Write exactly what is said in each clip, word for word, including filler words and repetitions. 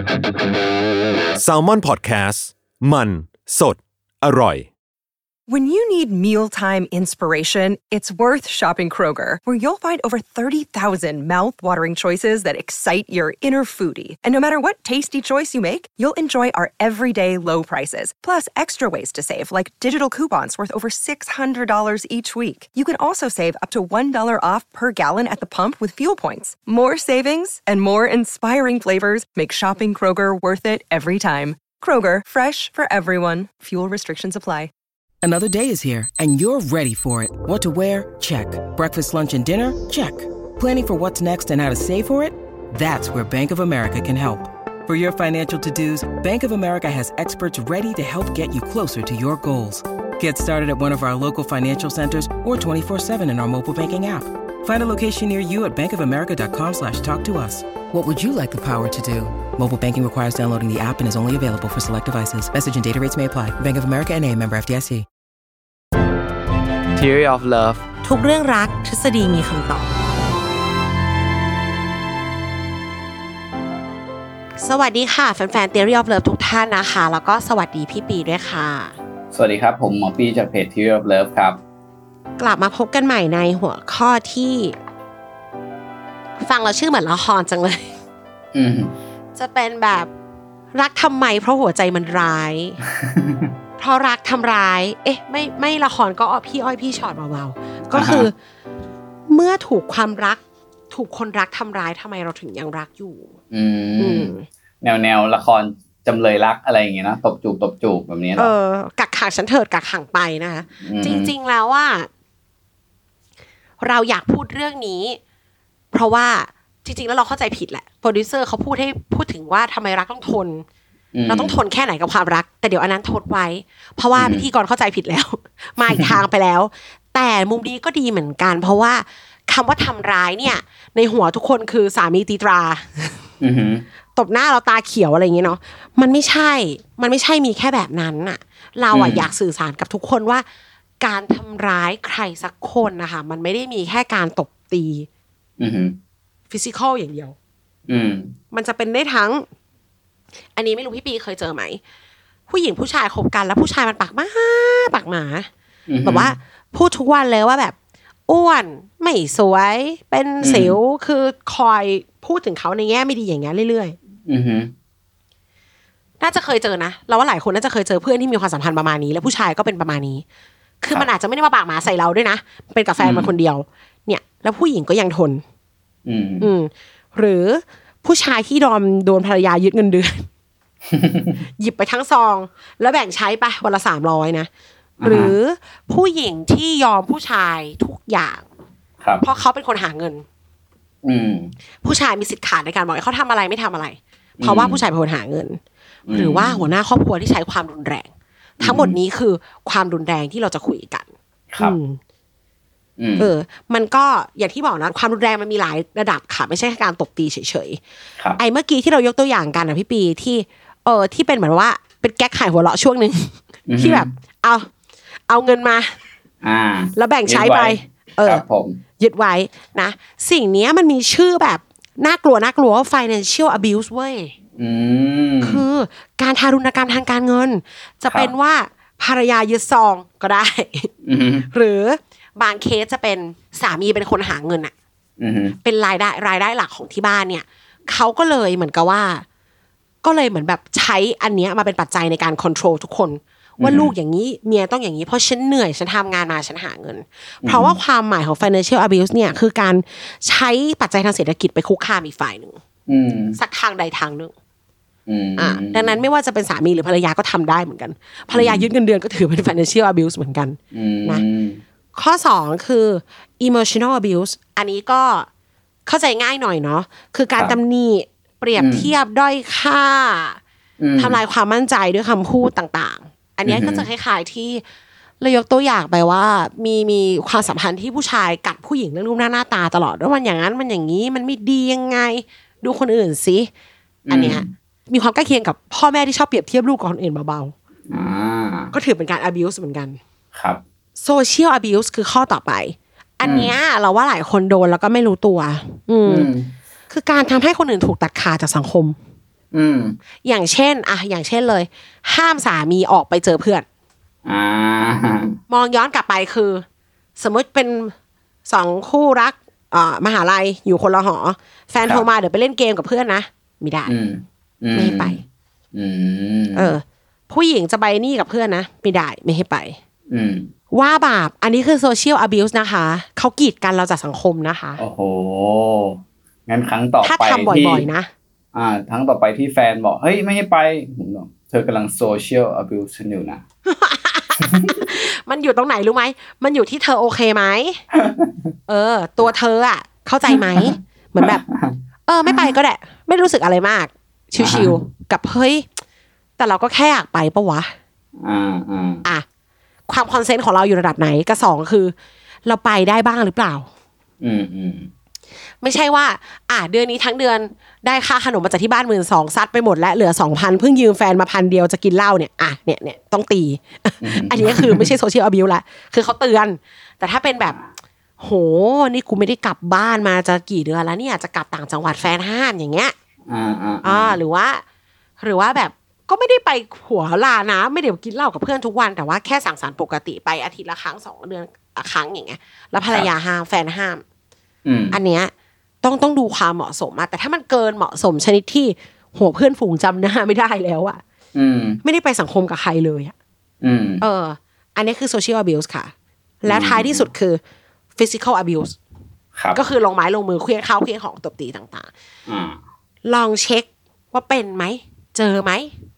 Salmon Podcast มันสดอร่อย When you need mealtime inspiration, it's worth shopping Kroger, where you'll find over thirty thousand mouth-watering choices that excite your inner foodie. And no matter what tasty choice you make, you'll enjoy our everyday low prices, plus extra ways to save, like digital coupons worth over six hundred dollars each week. You can also save up to one dollar off per gallon at the pump with fuel points. More savings and more inspiring flavors make shopping Kroger worth it every time. Kroger, fresh for everyone. Fuel restrictions apply.Another day is here, and you're ready for it. What to wear? Check. Breakfast, lunch, and dinner? Check. Planning for what's next and how to save for it? That's where Bank of America can help. For your financial to-dos, Bank of America has experts ready to help get you closer to your goals. Get started at one of our local financial centers or twenty-four seven in our mobile banking app. Find a location near you at bankofamerica.com slash talk to us. What would you like the power to do? Mobile banking requires downloading the app and is only available for select devices. Message and data rates may apply. Bank of America N A, member เอฟ ดี เอส ซี Theory of Love ทุกเรื่องรักทฤษฎีมีคำตอบสวัสดีค่ะแฟนๆ Theory of Love ทุกท่านนะคะแล้วก็สวัสดีพี่ปีด้วยค่ะสวัสดีครับผมหมอปีจากเพจ Theory of Love ครับกลับมาพบกันใหม่ในหัวข้อที่ฟังแล้วชื่อเหมือนละครจังเลยอืมจะเป็นแบบรักทำไมเพราะหัวใจมันร้าย เพราะรักทำร้ายเอ๊ะไม่ไม่ละครก็อ้อพี่อ้อยพี่ชอตเบาๆก็คือเมื่อถูกความรักถูกคนรักทำร้ายทำไมเราถึงยังรักอยู่อืมแนวแนวละครจำเลยรักอะไรอย่างเงี้ยนะตบจูบตบจูบแบบนี้เออกักขังฉันเถิดกักขังไปนะคะจริงๆแล้วว่าเราอยากพูดเรื่องนี้เพราะว่าจริงๆแล้วเราเข้าใจผิดแหละโปรดิวเซอร์เขาพูดให้พูดถึงว่าทำไมรักต้องทนเราต้องทนแค่ไหนกับความรักแต่เดี๋ยวอันนั้นทดไว้เพราะว่าพิธีกรเข้าใจผิดแล้วมาอีกทางไปแล้วแต่มุมนี้ก็ดีเหมือนกันเพราะว่าคำว่าทำร้ายเนี่ยในหัวทุกคนคือสามีตีตราตบหน้าเราตาเขียวอะไรอย่างเงี้ยเนาะมันไม่ใช่มันไม่ใช่มีแค่แบบนั้นน่ะเราอ่ะอยากสื่อสารกับทุกคนว่าการทำร้ายใครสักคนนะคะมันไม่ได้มีแค่การตบตีฟิสิคอลอย่างเดียวมันจะเป็นได้ทั้งอันนี้ไม่รู้พี่ปีเคยเจอไหมผู้หญิงผู้ชายคบกันแล้วผู้ชายมันปากมาปากหมาแบบว่าพูดทุกวันเลยว่าแบบอ้วนไม่สวยเป็นสิวคือคอยพูดถึงเขาในแง่ไม่ดีอย่างเงี้ยเรื่อยๆน่าจะเคยเจอนะเราว่าหลายคนน่าจะเคยเจอเพื่อนที่มีความสัมพันธ์ประมาณนี้แล้วผู้ชายก็เป็นประมาณนี้คือมันอาจจะไม่ได้มาปากหมาใส่เราด้วยนะเป็นกับแฟนมาคนเดียวเนี่ยแล้วผู้หญิงก็ยังทนอืมหรือผู้ชายที่โดนโดนภรรยายึดเงินเดือนหยิบไปทั้งซองแล้วแบ่งใช้ไปวันละสามร้อยนะหรือผู้หญิงที่ยอมผู้ชายทุกอย่างเพราะเขาเป็นคนหาเงินผู้ชายมีสิทธิ์ขาดในการบอกให้เขาทำอะไรไม่ทำอะไรเพราะว่าผู้ชายเป็นคนหาเงินหรือว่าหัวหน้าครอบครัวที่ใช้ความรุนแรงทั้งหมดนี้คือความรุนแรงที่เราจะคุยกันครับเออมันก็อย่างที่บอกนะความรุนแรงมันมีหลายระดับค่ะไม่ใช่แค่การตบตีเฉยๆไอ้เมื่อกี้ที่เรายกตัวอย่างกันนะพี่ปีที่เออที่เป็นเหมือนว่าเป็นแก๊กขายหัวเราะช่วงนึงที่แบบเอาเอาเงินมาอ่าแล้วแบ่งใช้ไปเออยึดไว้นะสิ่งนี้มันมีชื่อแบบน่ากลัวน่ากลัวว่า financial abuse เว้ยคือการทารุณกรรมทางการเงินจะเป็นว่าภรรยายึดซองก็ได้หรือบางเคสจะเป็นสามีเป็นคนหาเงินอ่ะเป็นรายได้รายได้หลักของที่บ้านเนี่ยเขาก็เลยเหมือนกับว่าก็เลยเหมือนแบบใช้อันเนี้ยมาเป็นปัจจัยในการควบคุมทุกคนว่าลูกอย่างนี้เมียต้องอย่างนี้เพราะฉันเหนื่อยฉันทำงานมาฉันหาเงินเพราะว่าความหมายของ financial abuse เนี่ยคือการใช้ปัจจัยทางเศรษฐกิจไปคุกคามอีกฝ่ายหนึ่งสักทางใดทางหนึ่งอ่าดังนั้นไม่ว่าจะเป็นสามีหรือภรรยาก็ทำได้เหมือนกันภรรยายึดเงินเดือนก็ถือเป็น financial abuse เหมือนกันนะข้อสองคือ emotional abuse อันนี้ก็เข้าใจง่ายหน่อยเนาะคือการตำหนิเปรียบเทียบด้อยค่าทำลายความมั่นใจด้วยคำพูดต่างๆอันนี้ก็จะคล้ายๆที่เรายกตัวอย่างไปว่ามีมีความสัมพันธ์ที่ผู้ชายกัดผู้หญิงเรื่องรูปหน้าหน้าตาตลอดว่ามันอย่างนั้นมันอย่างนี้มันไม่ดียังไงดูคนอื่นสิอันเนี้ยมีความใกล้เคียงกับพ่อแม่ที่ชอบเปรียบเทียบลูกกับคนอื่นเบาๆก็ถือเป็นการ abuse เหมือนกันครับ social abuse คือข้อต่อไปอันเนี้ยเราว่าหลายคนโดนแล้วก็ไม่รู้ตัวอืมคือการทำให้คนอื่นถูกตัดขาดจากสังคมอืมอย่างเช่นอะอย่างเช่นเลยห้ามสามีออกไปเจอเพื่อนอ่ามองย้อนกลับไปคือสมมติเป็นสองคู่รักอ่ามหาลัยอยู่คนละหอแฟนโทรมาเดี๋ยวไปเล่นเกมกับเพื่อนนะไม่ได้ไม่ให้ไปเออผู้หญิงจะไปนี่กับเพื่อนนะไม่ได้ไม่ให้ไปว่าบาปอันนี้คือโซเชียลอะบิวส์นะคะเขากีดกันเราจากสังคมนะคะโอ้โหงั้นครั้งต่อไปถ้าทำบ่อยๆนะอ่าครั้งต่อไปที่แฟนบอกเฮ้ยไม่ให้ไปผมบอกเธอกำลังโซเชียลอะบิวส์อยู่นะมันอยู่ตรงไหนรู้ไหมมันอยู่ที่เธอโอเคไหมเออตัวเธออ่ะเข้าใจไหมเหมือนแบบเออไม่ไปก็ได้ไม่รู้สึกอะไรมากชิวๆกับเฮ้ยแต่เราก็แค่อยากไปปะวะอ่าอ่าอ่ะความคอนเซนต์ของเราอยู่ระดับไหนกับสองคือเราไปได้บ้างหรือเปล่าอืมอืมไม่ใช่ว่าอ่ะเดือนนี้ทั้งเดือนได้ค่าขนมมาจากที่บ้านหมื่นสองซัดไปหมดแล้วเหลือสองพันเพิ่งยืมแฟนมาพันเดียวจะกินเหล้าเนี่ยอ่ะเนี่ยเนี่ยต้องตี อันนี้คือไม่ใช่โซเชียลอะบิวส์ละคือเขาเตือนแต่ถ้าเป็นแบบโหนี่กูไม่ได้กลับบ้านมาจะกี่เดือนแล้วเนี่ยจะกลับต่างจังหวัดแฟนห้ามอย่างเงี้ยอ่าอ่าอ่าหรือว่าหรือว่าแบบก็ไม่ได้ไปหัวลานะไม่ได้กินเหล้ากับเพื่อนทุกวันแต่ว่าแค่สังสรรค์ปกติไปอาทิตย์ละครั้งสองเดือนครั้งอย่างเงี้ยแล้วภรรยาห้ามแฟนห้ามอันเนี้ยต้องต้องดูความเหมาะสมอะแต่ถ้ามันเกินเหมาะสมชนิดที่หัวเพื่อนฝูงจำหน้าไม่ได้แล้วอะไม่ได้ไปสังคมกับใครเลยอะเอออันนี้คือ social abuse ค่ะแล้วท้ายที่สุดคือ physical abuse ก็คือลงไม้ลงมือเคลื่อนเข้าเคลื่อนของตบตีต่างๆลองเช็คว่าเป็นไหมเจอไหม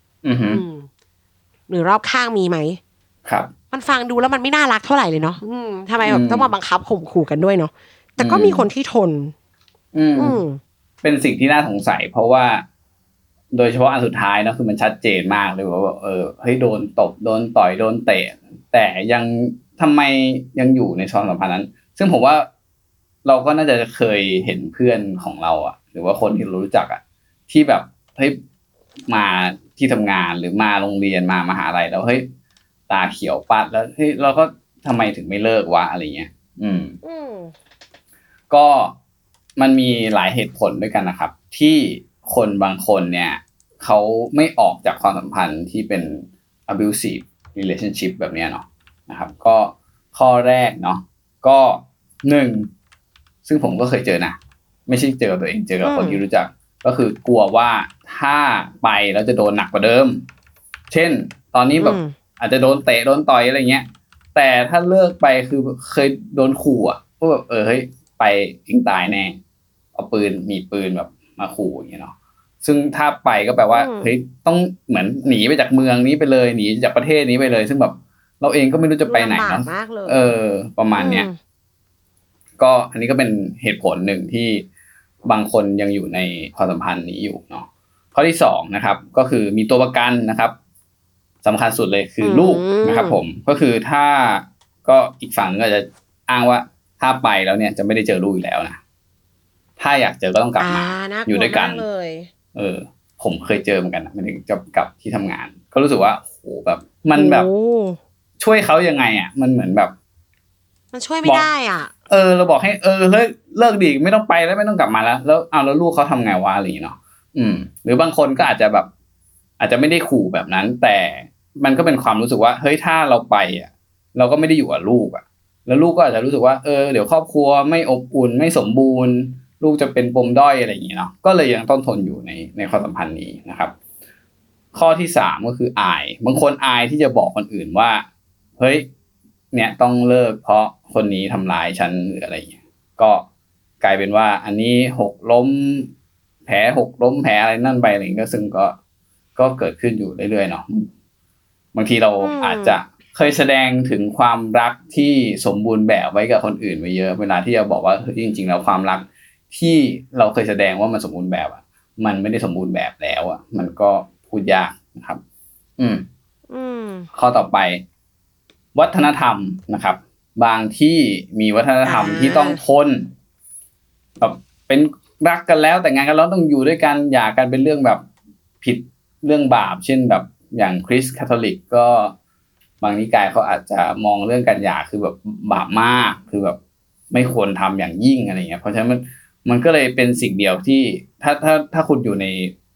หรือรอบข้างมีไหมครับมันฟังดูแล้วมันไม่น่ารักเท่าไหร่เลยเนาะทำไมแบบต้องมาบังคับข่มขู่กันด้วยเนาะแต่ก็มีคนที่ทนอืมเป็นสิ่งที่น่าสงสัยเพราะว่าโดยเฉพาะอันสุดท้ายนะคือมันชัดเจนมากเลยว่าเออเฮ้ยโดนตบโดนต่อยโดนเตะแต่ยังทำไมยังอยู่ในความสัมพันธ์นั้นซึ่งผมว่าเราก็น่าจะเคยเห็นเพื่อนของเราอ่ะหรือว่าคนที่รู้จักอ่ะที่แบบเฮ้ยมาที่ทำงานหรือมาโรงเรียนมามหาลัยแล้วเฮ้ยตาเขียวปัดแล้วเฮ้ยเราก็ทำไมถึงไม่เลิกวะอะไรเงี้ยอืมก็มันมีหลายเหตุผลด้วยกันนะครับที่คนบางคนเนี่ยเขาไม่ออกจากความสัมพันธ์ที่เป็น abusive relationship แบบนี้เนาะนะครับก็ข้อแรกเนาะก็หนึ่งซึ่งผมก็เคยเจอนะไม่ใช่เจอตัวเองเจอกับคนที่รู้จักก็คือกลัวว่าถ้าไปแล้วจะโดนหนักกว่าเดิมเช่นตอนนี้แบบอาจจะโดนเตะโดนต่อยอะไรเงี้ยแต่ถ้าเลิกไปคือเคยโดนขู่อ่ะก็แบบเออเฮ้ยไปเองตายแน่เอาปืนมีปืนแบบมาขู่อย่างเงี้ยเนาะซึ่งถ้าไปก็แปลว่าเฮ้ยต้องเหมือนหนีไปจากเมืองนี้ไปเลยหนีจากประเทศนี้ไปเลยซึ่งแบบเราเองก็ไม่รู้จะไปไหนเนาะเออประมาณเนี้ยก็อันนี้ก็เป็นเหตุผลหนึ่งที่บางคนยังอยู่ในความสัมพันธ์นี้อยู่เนาะข้อที่สองนะครับก็คือมีตัวประกันนะครับสำคัญสุดเลยคือลูกนะครับผมก็คือถ้าก็อีกฝั่งก็จะอ้างว่าถ้าไปแล้วเนี่ยจะไม่ได้เจอลูกอีกแล้วนะถ้าอยากเจอก็ต้องกลับมาอยู่ด้วยกันเออผมเคยเจอเหมือนกันนะมันถึงจะกลับที่ทำงานก็รู้สึกว่าโหแบบมันแบบช่วยเขายังไงอ่ะมันเหมือนแบบมันช่วยไม่ได้อ่ะเออเราบอกให้เออเลิกเลิกดีไม่ต้องไปแล้วไม่ต้องกลับมาแล้วแล้วเอาแล้วลูกเขาทำไงวะอะไรเนาะอืมหรือบางคนก็อาจจะแบบอาจจะไม่ได้ขู่แบบนั้นแต่มันก็เป็นความรู้สึกว่าเฮ้ยถ้าเราไปอ่ะเราก็ไม่ได้อยู่กับลูกอ่ะแล้วลูกก็อาจจะรู้สึกว่าเออเดี๋ยวครอบครัวไม่อบอุ่นไม่สมบูรณ์ลูกจะเป็นปมด้อยอะไรอย่างเงี้ยเนาะก็เลยยังต้องทนอยู่ในในความสัมพันธ์นี้นะครับข้อที่สามก็คืออายบางคนอายที่จะบอกคนอื่นว่าเฮ้ยเนี่ยต้องเลิกเพราะคนนี้ทำร้ายฉันหรืออะไรอย่างเงี้ยก็กลายเป็นว่าอันนี้หกล้มแผลหกล้มแผลอะไรนั่นไปอะไรก็ซึ่งก็ก็เกิดขึ้นอยู่เรื่อยๆเนาะบางทีเราอาจจะเคยแสดงถึงความรักที่สมบูรณ์แบบไว้กับคนอื่นไว้เยอะเวลาที่จะบอกว่าจริงๆแล้วความรักที่เราเคยแสดงว่ามันสมบูรณ์แบบอ่ะมันไม่ได้สมบูรณ์แบบแล้วอ่ะมันก็พูดยากนะครับอืมอืมข้อต่อไปวัฒนธรรมนะครับบางที่มีวัฒนธรรมที่ต้องทนแบบเป็นรักกันแล้วแต่งงานกันแล้วต้องอยู่ด้วยกันหย่ากันเป็นเรื่องแบบผิดเรื่องบาปเช่นแบบอย่างคริสต์คาทอลิกก็บางนิกายเขาอาจจะมองเรื่องการหย่าคือแบบบาปมากคือแบบไม่ควรทำอย่างยิ่งอะไรเงี้ยเพราะฉะนั้นมันมันก็เลยเป็นสิ่งเดียวที่ถ้าถ้าถ้าคุณอยู่ใน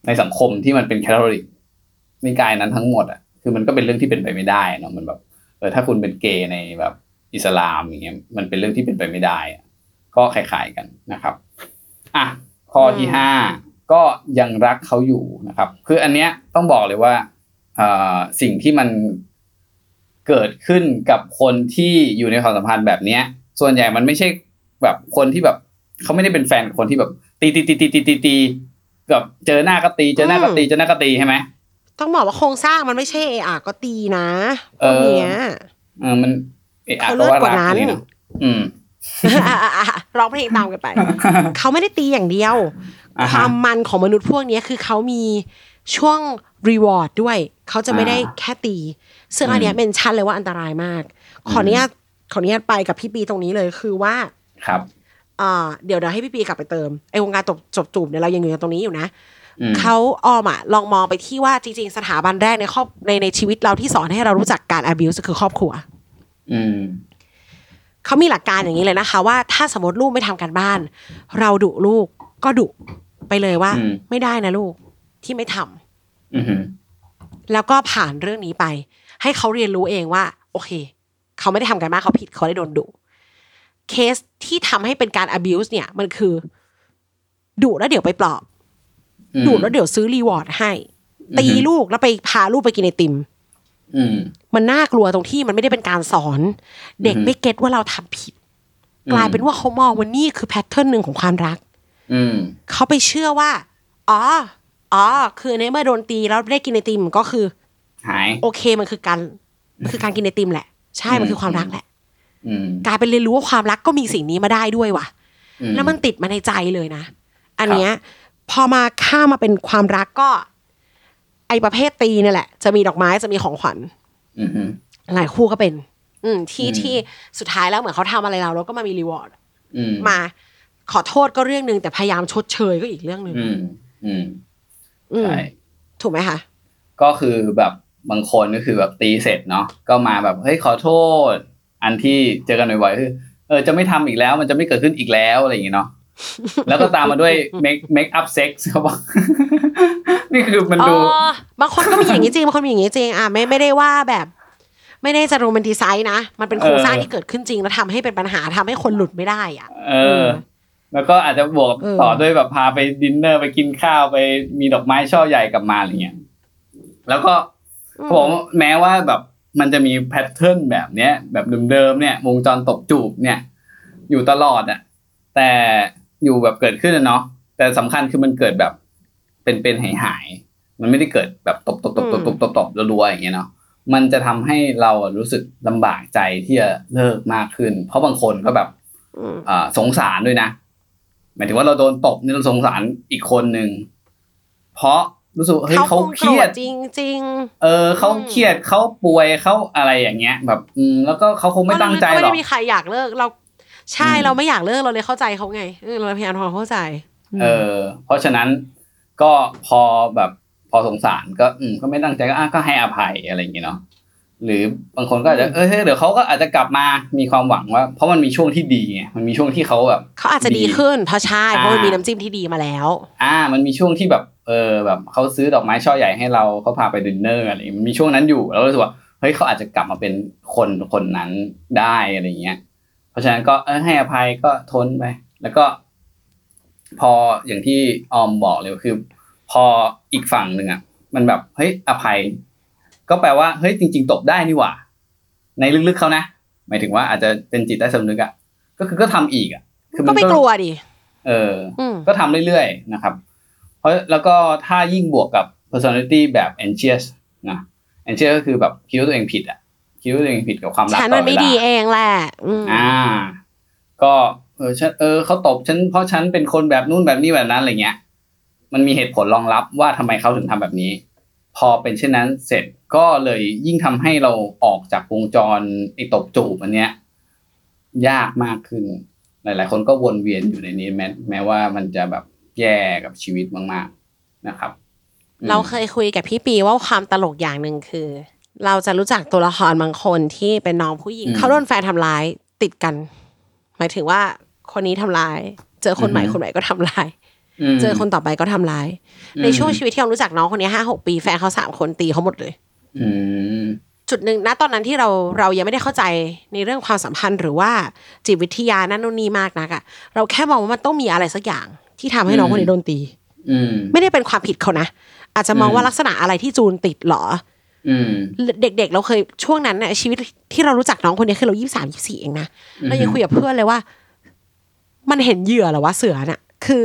ในสังคมที่มันเป็นแคทอลิกนิกายนั้นทั้งหมดอ่ะคือมันก็เป็นเรื่องที่เป็นไปไม่ได้เนาะมันแบบเออถ้าคุณเป็นเกย์ในแบบอิสลามอย่างเงี้ยมันเป็นเรื่องที่เป็นไปไม่ได้ก็คล้ายๆกันนะครับอ่ะข้อที่ห้าก็ยังรักเขาอยู่นะครับคืออันเนี้ยต้องบอกเลยว่าเอ่อสิ่งที่มันเกิดขึ้นกับคนที่อยู่ในความสัมพันธ์แบบเนี้ยส่วนใหญ่มันไม่ใช่แบบคนที่แบบเขาไม่ได้เป็นแฟนคนที่แบบตีตีตีตีตีตีตีกับเจอหน้าก็ตีเจอหน้าก็ตีเจอหน้าก็ตีใช่ไหมต้องบอกว่าโครงสร้างมันไม่ใช่เออะก็ตีนะพวกเนี้ยเออมันเออะก็ว่ารักนี่นะอืมร้องเพลงตามกันไปเขาไม่ได้ตีอย่างเดียวความมันของมนุษย์พวกนี้คือเขามีช่วงรีวอร์ดด้วยเขาจะไม่ได้แค่ตีซึ่งอันเนี้ยเป็นชั้นเลยว่าอันตรายมากขออนุญาตขออนุญาตไปกับพี่ปีตรงนี้เลยคือว่าครับอ่าเดี๋ยวเดี๋ยวให้พี่ปีกลับไปเติมไอ้วงการจบจบจูบเนี่ยเรายังอยู่ตรงนี้อยู่นะเขาออมอ่ะลองมองไปที่ว่าจริงๆสถาบันแรกในครอบในในชีวิตเราที่สอนให้เรารู้จักการ abuse คือครอบครัวอืมเขามีหลักการอย่างนี้เลยนะคะว่าถ้าสมมติลูกไม่ทำการบ้านเราดุลูกก็ดุไปเลยว่าไม่ได้นะลูกที่ไม่ทำแล้วก็ผ่านเรื่องนี้ไปให้เขาเรียนรู้เองว่าโอเคเขาไม่ได้ทำการบ้านเขาผิดเขาได้โดนดุเคสที่ทำให้เป็นการ abuse เนี่ยมันคือดุแล้วเดี๋ยวไปปลอบดุแล้วเดี๋ยวซื้อรีวอร์ดให้ตีลูกแล้วไปพาลูกไปกินไอติมมันน่ากลัวตรงที่มันไม่ได้เป็นการสอนเด็กไม่เก็ตว่าเราทำผิดกลายเป็นว่าเขามองว่านี่คือแพทเทิร์นหนึ่งของความรักเขาไปเชื่อว่าอ๋ออ๋อคือในเมื่อโดนตีแล้วได้กินไอติมก็คือหายโอเคมันคือการมันคือการกินไอติมแหละใช่มันคือความรักแหละกลายเป็นเรียนรู้ว่าความรักก็มีสิ่งนี้มาได้ด้วยว่ะแล้วมันติดมาในใจเลยนะอันเนี้ยพอมาข้ามมาเป็นความรักก็ไอประเภทตีนี่แหละจะมีดอกไม้จะมีของขวัญหลายคู่ก็เป็นอืมที่ที่สุดท้ายแล้วเหมือนเขาทำอะไรเราแล้วก็มามีรีวอร์ดมาขอโทษก็เรื่องนึงแต่พยายามชดเชยก็อีกเรื่องนึงใช่ถูกไหมคะก็คือแบบบางคนก็คือแบบตีเสร็จเนาะก็มาแบบเฮ้ยขอโทษอันที่เจอกันบ่อยๆคือเออจะไม่ทำอีกแล้วมันจะไม่เกิดขึ้นอีกแล้วอะไรอย่างเงี้ยเนาะแล้วก็ตามมาด้วย make make up sex เขาบอกนี่คือมันดูบางคนก็มีอย่างนี้จริงบางคนมีอย่างนี้จริงอ่ะไม่ไม่ได้ว่าแบบไม่ได้จะโรแมนติไซส์นะมันเป็นโครงสร้างที่เกิดขึ้นจริงแล้วทำให้เป็นปัญหาทำให้คนหลุดไม่ได้อ่ะเออแล้วก็อาจจะบวกต่อด้วยแบบพาไปดินเนอร์ไปกินข้าวไปมีดอกไม้ช่อใหญ่กลับมาอะไรเงี้ยแล้วก็ผมแม้ว่าแบบมันจะมีแพทเทิร์นแบบเนี้ยแบบเดิมๆเนี่ยวงจรตบจูบเนี่ยอยู่ตลอดอ่ะแต่อยู่แบบเกิดขึ้นนะเนาะแต่สำคัญคือมันเกิดแบบเป็นๆหายๆมันไม่ได้เกิดแบบตบตบตบตบตบตบตบรัวๆอย่างเงี้ยเนาะมันจะทำให้เรารู้สึกลำบากใจที่จะเลิกมากขึ้นเพราะบางคนก็แบบอ่าสงสารด้วยนะหมายถึงว่าเราโดนตบนี่เราสงสารอีกคนนึงเพราะรู้สึกเฮ้ยเขาเครียดจริงๆเออเขาเครียดเขาป่วยเขาอะไรอย่างเงี้ยแบบอืมแล้วก็เขาคงไม่ตั้งใจหรอกไม่ได้มีใครอยากเลิกเราใช่เราไม่อยากเลิกเราเลยเข้าใจเขาไงเออเราพยายามทำความเข้าใจเออเพราะฉะนั้นก็พอแบบพอสงสารก็อืมก็ไม่ตั้งใจก็อ่ะก็ให้อภัยอะไรอย่างเงี้ยเนาะหรือบางคนก็อาจจะเออเดี๋ยวเขาก็อาจจะกลับมามีความหวังว่าเพราะมันมีช่วงที่ดีไงมันมีช่วงที่เขาแบบเขาอาจจะดีขึ้นเพราะใช่เพราะมันมีน้ำจิ้มที่ดีมาแล้วอ่ามันมีช่วงที่แบบเออแบบเขาซื้อดอกไม้ช่อใหญ่ให้เราเขาพาไปดินเนอร์อะไรมันมีช่วงนั้นอยู่แล้วรู้สึกว่าเฮ้ยเขาอาจจะกลับมาเป็นคนคนนั้นได้อะไรเงี้ยเพราะฉะนั้นก็เออให้อภัยก็ทนไปแล้วก็พออย่างที่ออมบอกเลยคือพออีกฝั่งนึงอ่ะมันแบบเฮ้ยอภัยก็แปลว่าเฮ้ยจริงๆตบได้นี่หว่าในลึกๆเขานะหมายถึงว่าอาจจะเป็นจิตใต้สำนึกอ่ะก็คือก็ทำอีกอ่ะคือก็ไม่กลัวดิเออก็ทำเรื่อยๆนะครับเพราะแล้วก็ถ้ายิ่งบวกกับ personality แบบ anxious นะ anxious ก็คือแบบคิดว่าตัวเองผิดอ่ะคิดว่าตัวเองผิดกับความรักตลอดเวลาฉันมันไม่ดีเองแหละอ่าก็เออฉันเออเขาตบฉันเพราะฉันเป็นคนแบบนู่นแบบนี้แบบนั้นอะไรเงี้ยมันมีเหตุผลรองรับว่าทำไมเขาถึงทำแบบนี้พอเป็นเช่นนั้นเสร็จก็เลยยิ่งทำให้เราออกจากวงจรไอ้ตบจูบอันเนี้ยยากมากขึ้นหลายๆคนก็วนเวียนอยู่ในนี้แม้แม้ว่ามันจะแบบแย่กับชีวิตมากๆนะครับเราเคยคุยกับพี่ปีว่าความตลกอย่างนึงคือเราจะรู้จักตัวละครบางคนที่เป็นน้องผู้หญิงเขาโดนแฟนทำร้ายติดกันหมายถึงว่าคนนี้ทำร้ายเจอคนใหม่คนใหม่ก็ทำร้ายเจอคนต่อไปก็ทำร้ายในช่วงชีวิตที่เรารู้จักน้องคนนี้ห้าหกปีแฟนเขาสามคนตีเขาหมดเลยจุดหนึ่งณตอนนั้นที่เราเรายังไม่ได้เข้าใจในเรื่องความสัมพันธ์หรือว่าจิตวิทยานั่นนู่นนี่มากนักอะเราแค่มองว่ามันต้องมีอะไรสักอย่างที่ทำให้น้องคนนี้โดนตีไม่ได้เป็นความผิดเขานะอาจจะมองว่าลักษณะอะไรที่จูนติดหรอเด็กๆเราเคยช่วงนั้นเนี่ยชีวิตที่เรารู้จักน้องคนนี้คือเรายี่สิบสามยี่สิบสี่เองนะเรายังคุยกับเพื่อนเลยว่ามันเห็นเหยื่อเหรอวะเสือน่ะคือ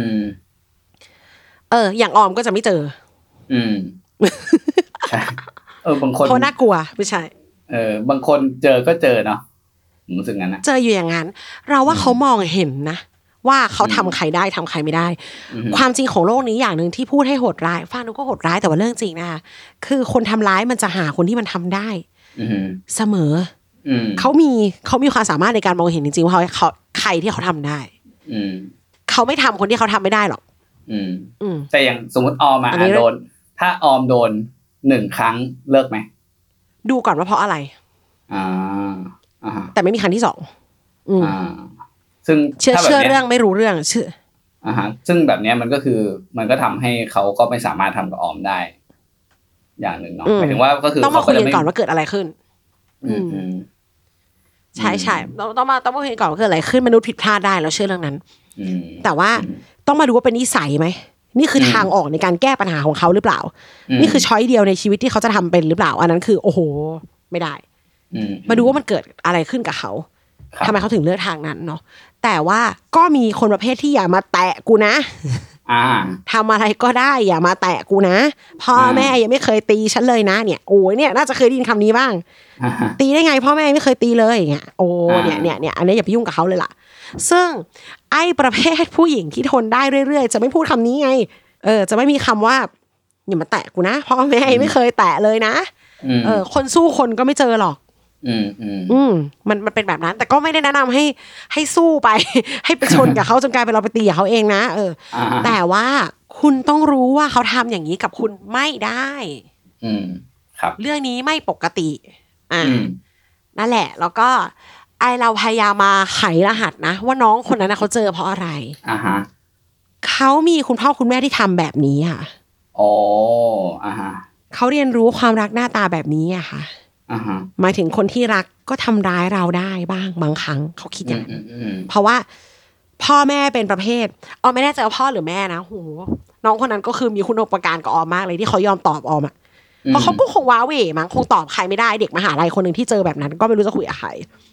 เอออย่างออมก็จะไม่เจออืมใช่เออบางคนเพราะน่ากลัวไม่ใช่เออบางคนเจอก็เจอเนาะผมรู้สึกงั้นนะเจออยู่อย่างนั้นเราว่าเขามองเห็นนะว่าเขาทำใครได้ทำใครไม่ได้ความจริงของโลกนี้อย่างนึงที่พูดให้โหดร้ายฟังดูก็โหดร้ายแต่ว่าเรื่องจริงนะคะคือคนทำร้ายมันจะหาคนที่มันทำได้เสมอเขามีเขามีความสามารถในการมองเห็นจริงๆว่าเขาใครที่เขาทำได้เขาไม่ทำคนที่เขาทำไม่ได้หรอกแต่อย่างสมมติออมอ่ะโดนถ้าออมโดนหนึ่งครั้งเลิกไหมดูก่อนว่าเพราะอะไรอ่าแต่ไม่มีครั้งที่สองอ่าซึ่งเชื่อเชื่อเรื่องไม่รู้เรื่องเชื่ออ่าฮะซึ่งแบบนี้มันก็คือมันก็ทำให้เขาก็ไม่สามารถทำกับออมได้อย่างหนึ่งเนาะหมายถึงว่าก็คือต้องมาคุยกันก่อนว่าเกิดอะไรขึ้นอืมใช่ใช่เราต้องมาต้องมาคุยกันก่อนว่าเกิดอะไรขึ้นมนุษย์ผิดพลาดได้เราเชื่อเรื่องนั้นแต่ว่าต้องมาดูว่าเป็นนิสัยไหมนี่คือทางออกในการแก้ปัญหาของเขาหรือเปล่านี่คือช้อยเดียวในชีวิตที่เขาจะทำเป็นหรือเปล่าอันนั้นคือโอ้โหไม่ได้มาดูว่ามันเกิดอะไรขึ้นกับเขาทำไมเขาถึงเลือกทางนั้นเนาะแต่ว่าก็มีคนประเภทที่อย่ามาแตะกูนะทำอะไรก็ได้อย่ามาแตะกูนะพ่อแม่ยังไม่เคยตีฉันเลยนะเนี่ยโอ้ยเนี่ยน่าจะเคยได้ยินคำนี้บ้างตีได้ไงพ่อแม่ไม่เคยตีเลยอย่างเงี้ยโอ้เนี่ยเนี่ยเนี่ยอันนี้อย่าไปยุ่งกับเขาเลยล่ะซึ่งไอ้ประเภทผู้หญิงที่ทนได้เรื่อยๆจะไม่พูดคำนี้ไงเออจะไม่มีคำว่าอย่ามาแตะกูนะพ่อแม่ไม่เคยแตะเลยนะเออคนสู้คนก็ไม่เจอหรอกอืมอืมอืมมันมันเป็นแบบนั้นแต่ก็ไม่ได้แนะนำให้ให้สู้ไปให้ไปชนกับเขาจนกลายเป็นเราไปตีกับเขาเองนะเออแต่ว่าคุณต้องรู้ว่าเขาทำอย่างนี้กับคุณไม่ได้อืมครับเรื่องนี้ไม่ปกติอ่านั่นแหละแล้วก็ไอเราพยายามมาไขรหัสนะว่าน้องคนนั้นนะเขาเจอเพราะอะไรอ่าฮะเขามีคุณพ่อคุณแม่ที่ทำแบบนี้ค่ะอ๋ออ่าฮะเขาเรียนรู้ความรักหน้าตาแบบนี้อะค่ะหมายถึงคนที่รักก็ทำร้ายเราได้บ้างบางครั้งเขาคิดอย่างนั้นเพราะว่าพ่อแม่เป็นประเภทออมไม่แน่ใจว่าพ่อหรือแม่นะโหน้องคนนั้นก็คือมีคุณอุปการกับออมมากเลยที่เขายอมตอบออมอ่ะเพราะเขาก็คงว้าเหวมั้งคงตอบใครไม่ได้เด็กมหาลัยคนหนึ่งที่เจอแบบนั้นก็ไม่รู้จะคุยกับใคร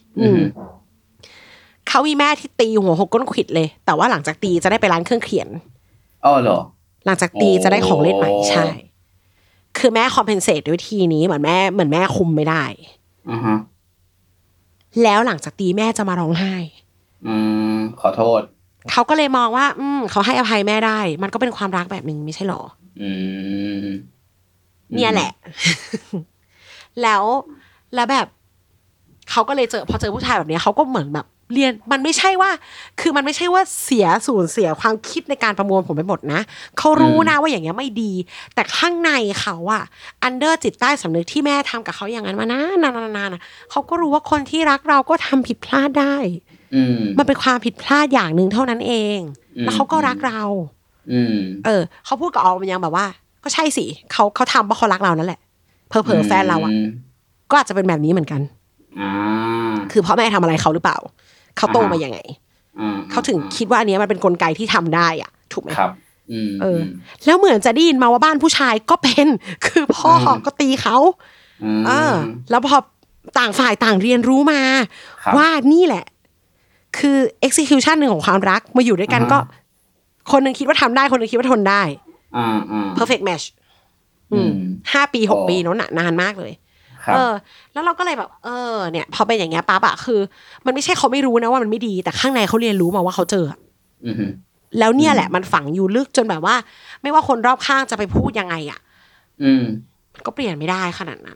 เขามีแม่ที่ตีหัวหกก้นขวิดเลยแต่ว่าหลังจากตีจะได้ไปร้านเครื่องเขียนอ๋อเหรอหลังจากตีจะได้ของเล่นใหม่ใช่คือแม่คอมเพนเซตด้วยวิธีนี้เหมือนแม่เหมือนแม่คุมไม่ได้อือฮะแล้วหลังจากตีแม่จะมาร้องไห้อืมขอโทษเขาก็เลยมองว่าอืมเขาให้อภัยแม่ได้มันก็เป็นความรักแบบนึงไม่ใช่หรออืมเนี่ยแหละ แล้วแล้วแบบเขาก็เลยเจอพอเจอผู้ชายแบบนี้เขาก็เหมือนแบบเรียนมันไม่ใช่ว่าคือมันไม่ใช่ว่าเสียสูญเสียความคิดในการประมวลผมไปหมดนะเขารู้นะว่าอย่างเงี้ยไม่ดีแต่ข้างในเขาอะอันเดอร์จิตใต้สำนึกที่แม่ทำกับเขาอย่างนั้นมานานๆๆนะเขาก็รู้ว่าคนที่รักเราก็ทำผิดพลาดได้มันเป็นความผิดพลาดอย่างนึงเท่านั้นเองแล้วเขาก็รักเราเออเขาพูดกับออมยังแบบว่าก็ใช่สิเขาเขาทำเพราะเขารักเรานั่นแหละเผลอๆแฟนเราอะก็อาจจะเป็นแบบนี้เหมือนกันคือพ่อแม่ทำอะไรเขาหรือเปล่าเขาโตมายังไงเขาถึงคิดว่าอันนี้มันเป็นกลไกที่ทำได้อ่ะถูกไหมครับเออแล้วเหมือนจะได้ยินมาว่าบ้านผู้ชายก็เป็นคือพ่อก็ตีเขาเออแล้วพอต่างฝ่ายต่างเรียนรู้มาว่านี่แหละคือ execution หนึ่งของความรักมาอยู่ด้วยกันก็คนนึงคิดว่าทำได้คนนึงคิดว่าทนได้ perfect match ห้าปีหกปีเนาะนานมากเลยเออแล้วเราก็เลยแบบเออเนี่ยพอเป็นอย่างเงี้ยปั๊บอะคือมันไม่ใช่เขาไม่รู้นะว่ามันไม่ดีแต่ข้างในเขาเรียนรู้มาว่าเขาเจอแล้วเนี่ยแหละมันฝังอยู่ลึกจนแบบว่าไม่ว่าคนรอบข้างจะไปพูดยังไงอะก็เปลี่ยนไม่ได้ขนาดนั้น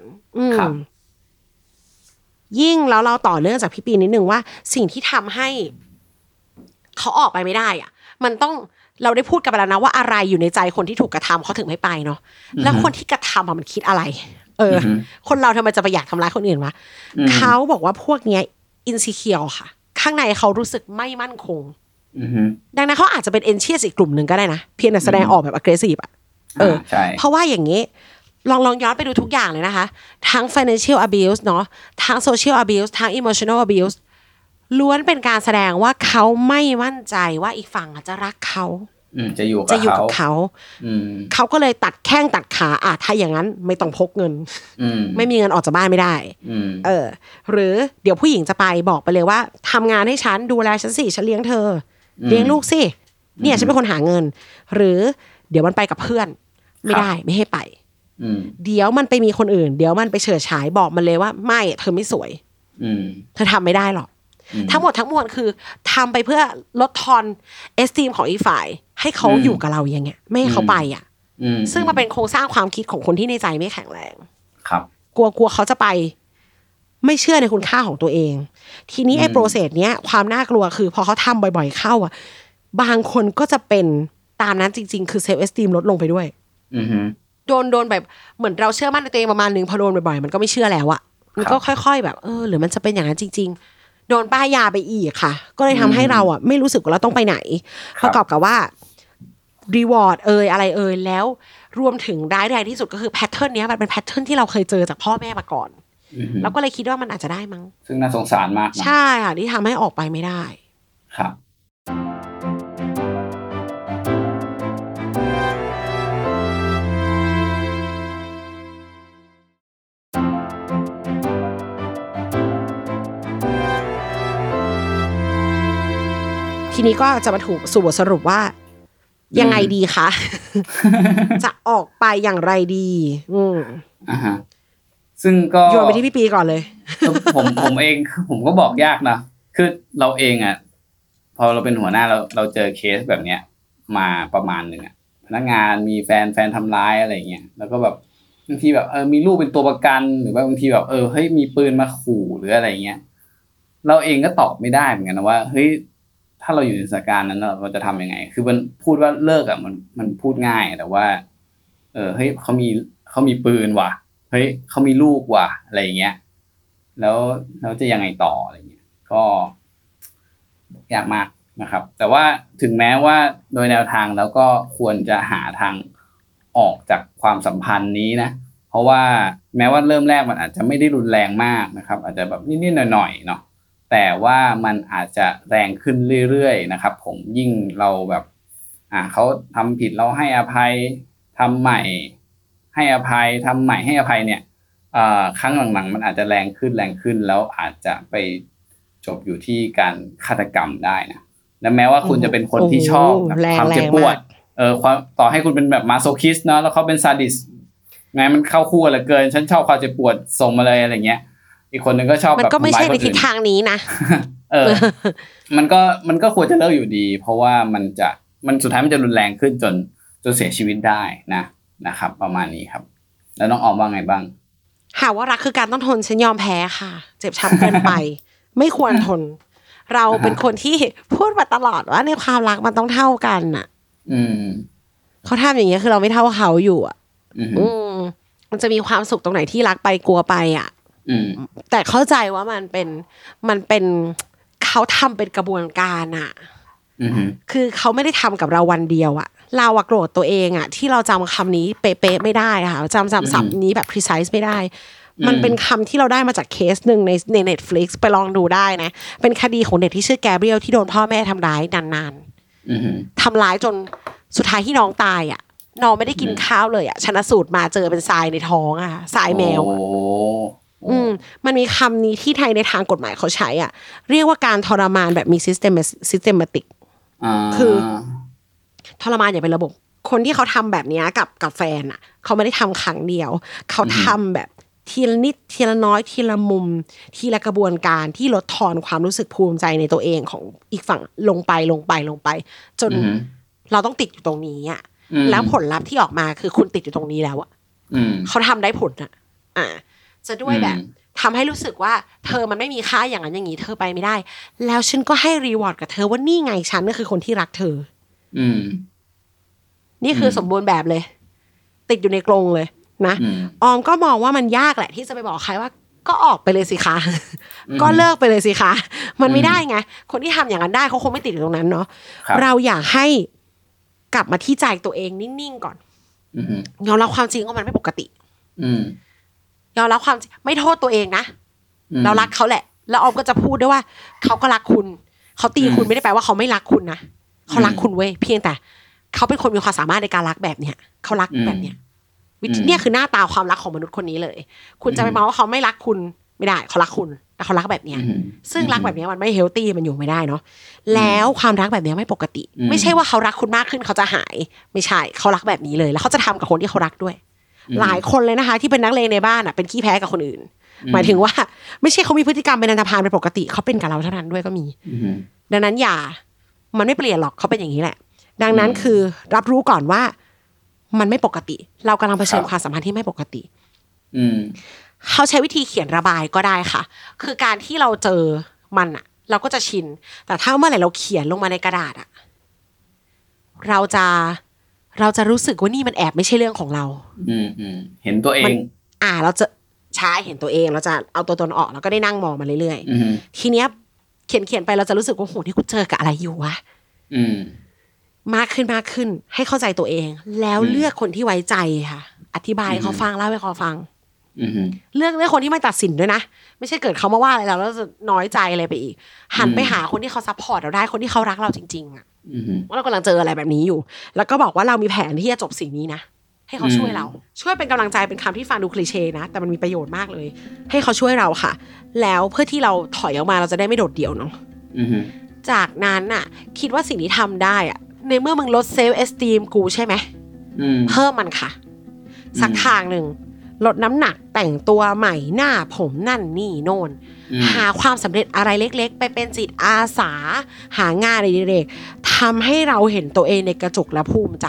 ยิ่งแล้วเราต่อเนื่องจากพี่ปีนิดนึงว่าสิ่งที่ทำให้เขาออกไปไม่ได้อ่ะมันต้องเราได้พูดกันไปแล้วนะว่าอะไรอยู่ในใจคนที่ถูกกระทำเขาถึงไม่ไปเนาะแล้วคนที่กระทำมันคิดอะไรเออคนเราทำไมจะไปอยากทำร้ายคนอื่นวะเขาบอกว่าพวกเนี้ยอินซิเคียวค่ะข้างในเขารู้สึกไม่มั่นคงดังนั้นเขาอาจจะเป็น anxious อีกกลุ่มนึงก็ได้นะเพียงแต่แสดงออกแบบ aggressive อ่ะเออเพราะว่าอย่างงี้ลองลองย้อนไปดูทุกอย่างเลยนะคะทั้ง financial abuse เนาะทั้ง social abuse ทั้ง emotional abuse ล้วนเป็นการแสดงว่าเขาไม่มั่นใจว่าอีกฝั่งจะรักเขาจะอยู่จะอยู่กับเขาเขาก็เลยตัดแข้งตัดขาอ่ะถ้าอย่างนั้นไม่ต้องพกเงินไม่มีเงินออกจากบ้านไม่ได้เออหรือเดี๋ยวผู้หญิงจะไปบอกไปเลยว่าทำงานให้ฉันดูแลฉันสิฉันเลี้ยงเธอเลี้ยงลูกสิเนี่ยฉันเป็นคนหาเงินหรือเดี๋ยวมันไปกับเพื่อนไม่ได้ไม่ให้ไปเดี๋ยวมันไปมีคนอื่นเดี๋ยวมันไปเฉิดฉายบอกมันเลยว่าไม่เธอไม่สวยเธอทำไม่ได้หรอกทั้งหมดทั้งมวลคือทำไปเพื่อลดทอนเอสตีมของอีกฝ่ายให้เขาอยู่กับเราอย่างเงี้ยไม่ให้เขาไปอ่ะซึ่งมันเป็นโครงสร้างความคิดของคนที่ในใจไม่แข็งแรงครับกลัวกลัวเขาจะไปไม่เชื่อในคุณค่าของตัวเองทีนี้ไอ้โปรเซสเนี้ยความน่ากลัวคือพอเขาทำบ่อยๆเข้าอ่ะบางคนก็จะเป็นตามนั้นจริงๆคือเซลฟ์เอสตีมลดลงไปด้วยโดนโดนแบบเหมือนเราเชื่อมั่นในตัวเองประมาณนึงพอโดนบ่อยๆมันก็ไม่เชื่อแล้วอ่ะมันก็ค่อยๆแบบเออหรือมันจะเป็นอย่างนั้นจริงๆโดนป้ายยาไปอีกค่ะก็เลยทำให้เราอ่ะไม่รู้สึกว่าเราต้องไปไหนประกอบกับว่ารีวอร์ดเอ่ยอะไรเอ่ยแล้วรวมถึงร้ายแรงที่สุดก็คือแพทเทิร์นเนี้ยมันเป็นแพทเทิร์นที่เราเคยเจอจากพ่อแม่มาก่อนแล้วก็เลยคิดว่ามันอาจจะได้มั้งซึ่งน่าสงสารมากนะใช่ค่ะที่ทำให้ออกไปไม่ได้ครับทีนี้ก็จะมาถูกสู่บทสรุปว่ายังไงดีคะ จะออกไปอย่างไรดีอืมอ่าฮะซึ่งก็โยนไปที่พี่ปีก่อนเลยผมผมเองผมก็บอกยากนะคือเราเองอ่ะพอเราเป็นหัวหน้าเราเราเจอเคสแบบเนี้ยมาประมาณนึงอ่ะพนักงานมีแฟนแฟนทำร้ายอะไรเงี้ยแล้วก็แบบบางทีแบบเออมีลูกเป็นตัวประกันหรือว่าบางทีแบบเออเฮ้ยมีปืนมาขู่หรืออะไรเงี้ยเราเองก็ตอบไม่ได้เหมือนกันนะว่าเฮ้ยถ้าเราอยู่ในสถานการณ์นั้นเราจะทำยังไงคือมันพูดว่าเลิกอ่ะมันมันพูดง่ายแต่ว่าเออเฮ้ยเขามีเขามีปืนว่ะเฮ้ยเขามีลูกว่ะอะไรเงี้ยแล้วแล้วจะยังไงต่ออะไรเงี้ยก็ยากมากนะครับแต่ว่าถึงแม้ว่าโดยแนวทางแล้วก็ควรจะหาทางออกจากความสัมพันธ์นี้นะเพราะว่าแม้ว่าเริ่มแรกมันอาจจะไม่ได้รุนแรงมากนะครับอาจจะแบบนิดๆหน่อยๆเนาะแต่ว่ามันอาจจะแรงขึ้นเรื่อยๆนะครับผมยิ่งเราแบบอ่าเขาทำผิดเราให้อภัยทำใหม่ให้อภัยทำใหม่ให้อภัยเนี่ยอ่าครั้งหลังๆมันอาจจะแรงขึ้นแรงขึ้นแล้วอาจจะไปจบอยู่ที่การฆาตกรรมได้นะและแม้ว่าคุณจะเป็นคนที่ชอบความเจ็บปวดเออความต่อให้คุณเป็นแบบมาโซคิสเนาะแล้วเขาเป็นซาดิสไงมันเข้าคู่กันเหลือเกินฉันชอบความเจ็บปวดส่งมาเลยอะไรเงี้ยอีกคนนึงก็ชอบแบบมันก็ไม่ใช่ในทิศทางนี้นะเออมันก็มันก็ควรจะเลิกอยู่ดีเพราะว่ามันจะมันสุดท้ายมันจะรุนแรงขึ้นจนจนเสียชีวิตได้นะนะครับประมาณนี้ครับแล้วน้องออมว่าไงบ้างหาว่ารักคือการต้องทนฉันยอมแพ้ค่ะเจ็บช้ำเกินไป ไม่ควรทนเราเป็นคนที่พูดมาตลอดว่าในความรักมันต้องเท่ากันน่ะอืมเขาทำอย่างเงี้ยคือเราไม่เท่าเขาอยู่อ่ะอืมมันจะมีความสุขตรงไหนที่รักไปกลัวไปอ่ะแต่เข้าใจว่ามันเป็นมันเป็นเขาทำเป็นกระบวนการอ่ะคือเขาไม่ได้ทำกับเราวันเดียวอ่ะเราอะโกรธตัวเองอ่ะที่เราจำคำนี้เป๊ะๆไม่ได้ค่ะจำจำศัพท์นี้แบบ precise ไม่ได้มันเป็นคำที่เราได้มาจากเคสหนึ่งในใน Netflix ไปลองดูได้นะเป็นคดีของเด็กที่ชื่อแกเบรียลที่โดนพ่อแม่ทำร้ายนานๆทำร้ายจนสุดท้ายที่น้องตายอ่ะน้องไม่ได้กินข้าวเลยอ่ะชันสูตรมาเจอเป็นทรายในท้องอ่ะทรายแมวอ่ะอืมมันมีคำนี้ที่ไทยในทางกฎหมายเขาใช้อ่ะเรียกว่าการทรมานแบบมี systematic คือทรมานอย่างเป็นระบบคนที่เขาทำแบบนี้กับกับแฟนอ่ะเขาไม่ได้ทำครั้งเดียวเขาทำแบบทีละนิดทีละน้อยทีละมุมทีละกระบวนการที่ลดทอนความรู้สึกภูมิใจในตัวเองของอีกฝั่งลงไปลงไปลงไปจนเราต้องติดอยู่ตรงนี้อ่ะแล้วผลลัพธ์ที่ออกมาคือคุณติดอยู่ตรงนี้แล้วอ่ะเขาทำได้ผลอ่ะอ่าจะด้วยแบบทำให้รู้สึกว่าเธอมันไม่มีค่าอย่างนั้นอย่างนี้เธอไปไม่ได้แล้วฉันก็ให้รีวอร์ดกับเธอว่านี่ไงฉันก็คือคนที่รักเธออืมนี่คือสมบูรณ์แบบเลยติดอยู่ในกรงเลยนะออมก็มองว่ามันยากแหละที่จะไปบอกใครว่าก็ออกไปเลยสิคะก็เลิกไปเลยสิคะมันไม่ได้ไงคนที่ทำอย่างนั้นได้เขาคงไม่ติดอยู่ตรงนั้นเนาะเราอยากให้กลับมาที่ใจตัวเองนิ่งๆก่อนยอมรับความจริงว่ามันไม่ปกติยอมรับความไม่โทษตัวเองนะเรารักเขาแหละแล้วออมก็จะพูดด้วยว่าเขาก็รักคุณเขาตีคุณไม่ได้แปลว่าเขาไม่รักคุณนะเขารักคุณเว้ยเพียงแต่เขาเป็นคนมีความสามารถในการรักแบบเนี้ยเขารักแบบเนี้ยวิธีเนี่ยคือหน้าตาความรักของมนุษย์คนนี้เลยคุณจะไปมองว่าเขาไม่รักคุณไม่ได้เขารักคุณแต่เขารักแบบเนี้ยซึ่งรักแบบนี้มันไม่เฮลตี้มันอยู่ไม่ได้เนาะแล้วความรักแบบนี้ไม่ปกติไม่ใช่ว่าเขารักคุณมากขึ้นเขาจะหายไม่ใช่เขารักแบบนี้เลยแล้วเขาจะทำกับคนที่เขารักด้วยหลายคนเลยนะคะที่เป็นนักเลงในบ้านอ่ะเป็นขี้แพ้กับคนอื่นหมายถึงว่าไม่ใช่เขามีพฤติกรรมเป็นอันธพาลเป็นปกติเขาเป็นกับเราเท่านั้นด้วยก็มีดังนั้นอย่ามันไม่เปลี่ยนหรอกเขาเป็นอย่างนี้แหละดังนั้นคือรับรู้ก่อนว่ามันไม่ปกติเรากำลังเผชิญความสัมพันธ์ที่ไม่ปกติเขาใช้วิธีเขียนระบายก็ได้ค่ะคือการที่เราเจอมันอ่ะเราก็จะชินแต่ถ้าเมื่อไหร่เราเขียนลงมาในกระดาษอ่ะเราจะเราจะรู้สึกว่านี่มันแอบไม่ใช่เรื่องของเราอืมอืมเห็นตัวเองอ่าเราจะใช้เห็นตัวเองเราจะเอาตัวตนออกแล้วก็ได้นั่งมองมันเรื่อยๆทีเนี้ยเขียนเขียนไปเราจะรู้สึกว่าโหที่กูเจอกับอะไรอยู่วะอืมมากขึ้นมากขึ้นให้เข้าใจตัวเองแล้วเลือกคนที่ไว้ใจค่ะอธิบายเขาฟังเล่าให้เขาฟังเลือกเลือกคนที่ไม่ตัดสินด้วยนะไม่ใช่เกิดเขามาว่าอะไรเราแล้วจะน้อยใจอะไรไปอีกหันไปหาคนที่เขาซัพพอร์ตเราได้คนที่เขารักเราจริงๆอ่ะว่าเรากำลังเจออะไรแบบนี้อยู่แล้วก็บอกว่าเรามีแผนที่จะจบสิ่งนี้นะให้เขาช่วยเราช่วยเป็นกำลังใจเป็นคำที่ฟังดูคลีเช่นะแต่มันมีประโยชน์มากเลยให้เขาช่วยเราค่ะแล้วเพื่อที่เราถอยออกมาเราจะได้ไม่โดดเดี่ยวเนาะจากนั้นน่ะคิดว่าสิ่งที่ทำได้อ่ะในเมื่อมึงลดเซลฟ์เอสตีมกูใช่ไหมเพิ่มมันค่ะสักทางหนึ่งลดน้ำหนักแต่งตัวใหม่หน้าผมนั่นนี่โน่นหาความสำเร็จอะไรเล็กๆไปเป็นจิตอาสาหางานอะไรเด็กๆทำให้เราเห็นตัวเองในกระจกและภูมิใจ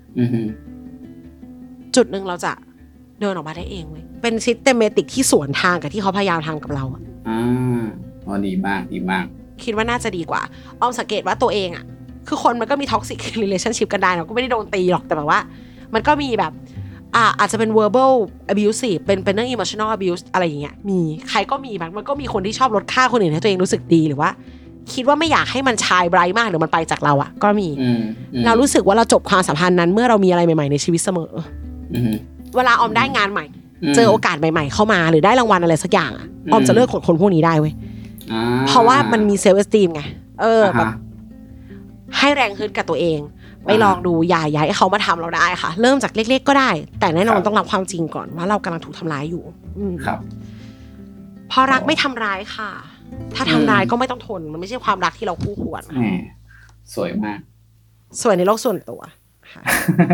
จุดหนึ่งเราจะเดินออกมาได้เองเว้ยเป็นซิสเตเมติกที่สวนทางกับที่เขาพยายามทำกับเราอ่ะอ่าอ๋อดีมากดีมากคิดว่าน่าจะดีกว่าอ้อมสังเกตว่าตัวเองอ่ะคือคนมันก็มีท็อกซิกรีเลชั่นชิพกันได้เนาะก็ไม่ได้โดนตีหรอกแต่แบบว่ามันก็มีแบบอ่าอาจจะเป็น verbal abusive เป็นเป็นเรื่อง emotional abuse อะไรอย่างเงี้ยมีใครก็มีมันมันก็มีคนที่ชอบลดค่าคนอื่นให้ตัวเองรู้สึกดีหรือว่าคิดว่าไม่อยากให้มันชายไบรท์มากหรือมันไปจากเราอ่ะก็มีเรารู้สึกว่าเราจบความสัมพันธ์นั้นเมื่อเรามีอะไรใหม่ๆในชีวิตเสมอเวลาออมได้งานใหม่เจอโอกาสใหม่ๆเข้ามาหรือได้รางวัลอะไรสักอย่างอ่ะออมจะเลิกคนคนพวกนี้ได้เว้ยเพราะว่ามันมีเซลฟ์เอสตีมไงเออแบบให้แรงฮึดกับตัวเองไปลองดูอย่าย้ายให้เขามาทำเราได้ค่ะเริ่มจากเล็กๆก็ได้แต่แน่นอนต้องรับความจริงก่อนว่าเรากำลังถูกทำร้ายอยู่ครับเพราะรักไม่ทำร้ายค่ะถ้าทำร้ายก็ไม่ต้องทนมันไม่ใช่ความรักที่เราคู่ควรสวยมากสวยในโลกส่วนตัวค่ะ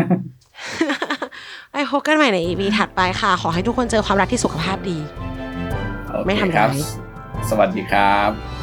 ไอ้พบกันใหม่ใน อี พี ถัดไปค่ะขอให้ทุกคนเจอความรักที่สุขภาพดีไม่ทำร้ายสวัสดีครับ